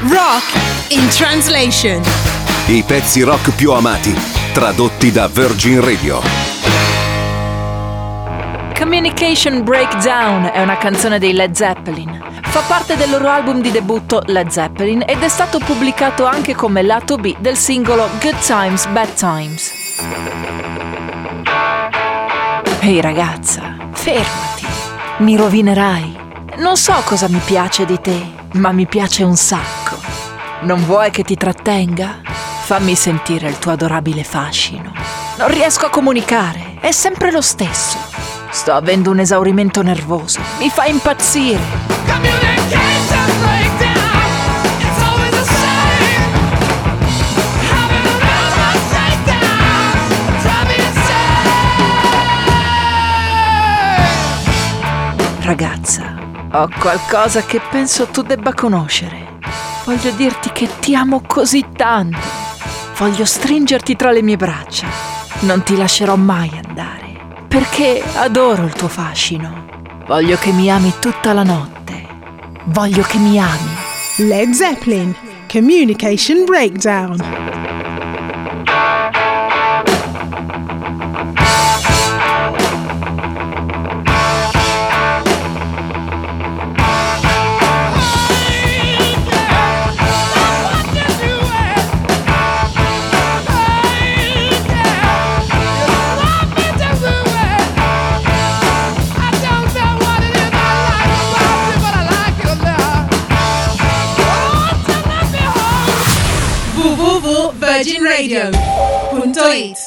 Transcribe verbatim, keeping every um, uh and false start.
Rock in Translation. I pezzi rock più amati, tradotti da Virgin Radio. Communication Breakdown è una canzone dei Led Zeppelin. Fa parte del loro album di debutto Led Zeppelin ed è stato pubblicato anche come lato B del singolo Good Times, Bad Times. Ehi ragazza, fermati, mi rovinerai. Non so cosa mi piace di te, ma mi piace un sacco. Non vuoi che ti trattenga? Fammi sentire il tuo adorabile fascino. Non riesco a comunicare, è sempre lo stesso. Sto avendo un esaurimento nervoso, mi fa impazzire. Ragazza, ho qualcosa che penso tu debba conoscere. Voglio dirti che ti amo così tanto. Voglio stringerti tra le mie braccia. Non ti lascerò mai andare, perché adoro il tuo fascino. Voglio che mi ami tutta la notte. Voglio che mi ami. Led Zeppelin, Communication Breakdown. Virgin Radio punto it